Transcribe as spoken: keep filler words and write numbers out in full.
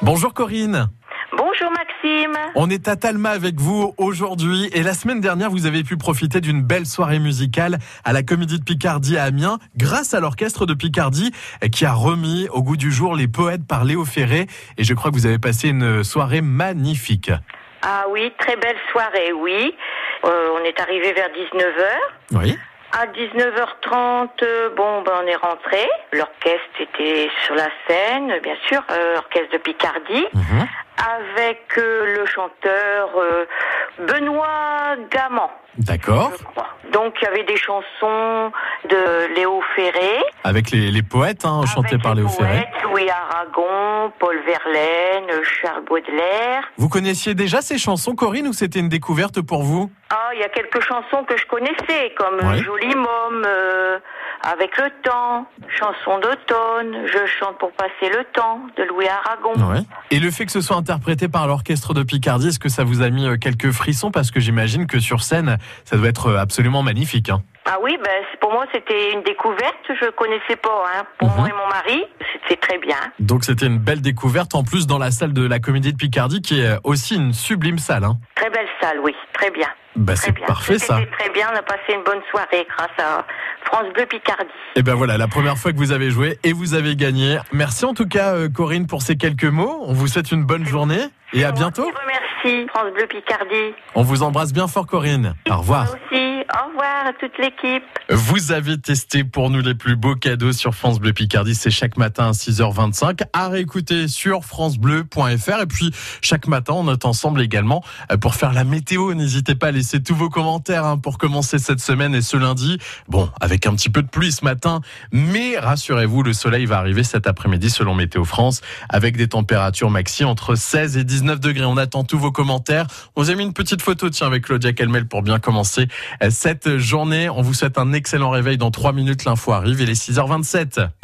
Bonjour Corinne. Bonjour Maxime. On est à Talma avec vous aujourd'hui et la semaine dernière vous avez pu profiter d'une belle soirée musicale à la Comédie de Picardie à Amiens grâce à l'orchestre de Picardie qui a remis au goût du jour les poètes par Léo Ferré et je crois que vous avez passé une soirée magnifique. Ah oui, très belle soirée, oui. Euh, on est arrivé vers dix-neuf heures. Oui. À dix-neuf heures trente, euh, bon, ben on est rentré. L'orchestre était sur la scène, bien sûr, euh, l'orchestre de Picardie, Mmh. avec euh, le chanteur euh, Benoît Gamand. D'accord. Je crois. Donc il y avait des chansons de Léo Ferré. Avec les, les poètes hein, chantés par Léo Ferré. Poètes, Louis Aragon, Paul Verlaine, Charles Baudelaire. Vous connaissiez déjà ces chansons Corinne ou c'était une découverte pour vous? Ah, il y a quelques chansons que je connaissais, comme Ouais. Joli Môme, euh, Avec le temps, Chanson d'automne, Je chante pour passer le temps, de Louis Aragon. Ouais. Et le fait que ce soit interprété par l'orchestre de Picardie, est-ce que ça vous a mis euh, quelques frissons? Parce que j'imagine que sur scène, ça doit être absolument magnifique. Hein. Ah oui, ben, c'est- pour moi c'était une découverte, je connaissais pas. Hein. Pour Mhm. moi et mon mari, c'était très bien. Donc c'était une belle découverte en plus dans la salle de la Comédie de Picardie qui est aussi une sublime salle. Hein. Très belle salle, oui, très bien. Bah, Très c'est bien. parfait ça. C'était très bien, on a passé une bonne soirée grâce à France Bleu Picardie. Et ben voilà, la première fois que vous avez joué et vous avez gagné. Merci en tout cas euh, Corinne pour ces quelques mots. On vous souhaite une bonne journée et à bientôt. Je vous remercie, France Bleu Picardie. On vous embrasse bien fort Corinne. Au revoir. Moi aussi, au revoir à toute l'équipe. Vous avez testé pour nous les plus beaux cadeaux sur France Bleu Picardie. C'est chaque matin à six heures vingt-cinq. À réécouter sur francebleu point f r. Et puis, chaque matin, on est ensemble également pour faire la météo. N'hésitez pas à laisser tous vos commentaires hein, pour commencer cette semaine et ce lundi. Bon, avec un petit peu de pluie ce matin. Mais rassurez-vous, le soleil va arriver cet après-midi selon Météo France avec des températures maxi entre seize et dix-neuf degrés. On attend tous vos commentaires. On vous a mis une petite photo, tiens, avec Claudia Calmel pour bien commencer cette journée. On vous souhaite un excellent réveil. Dans trois minutes, l'info arrive. Il est six heures vingt-sept.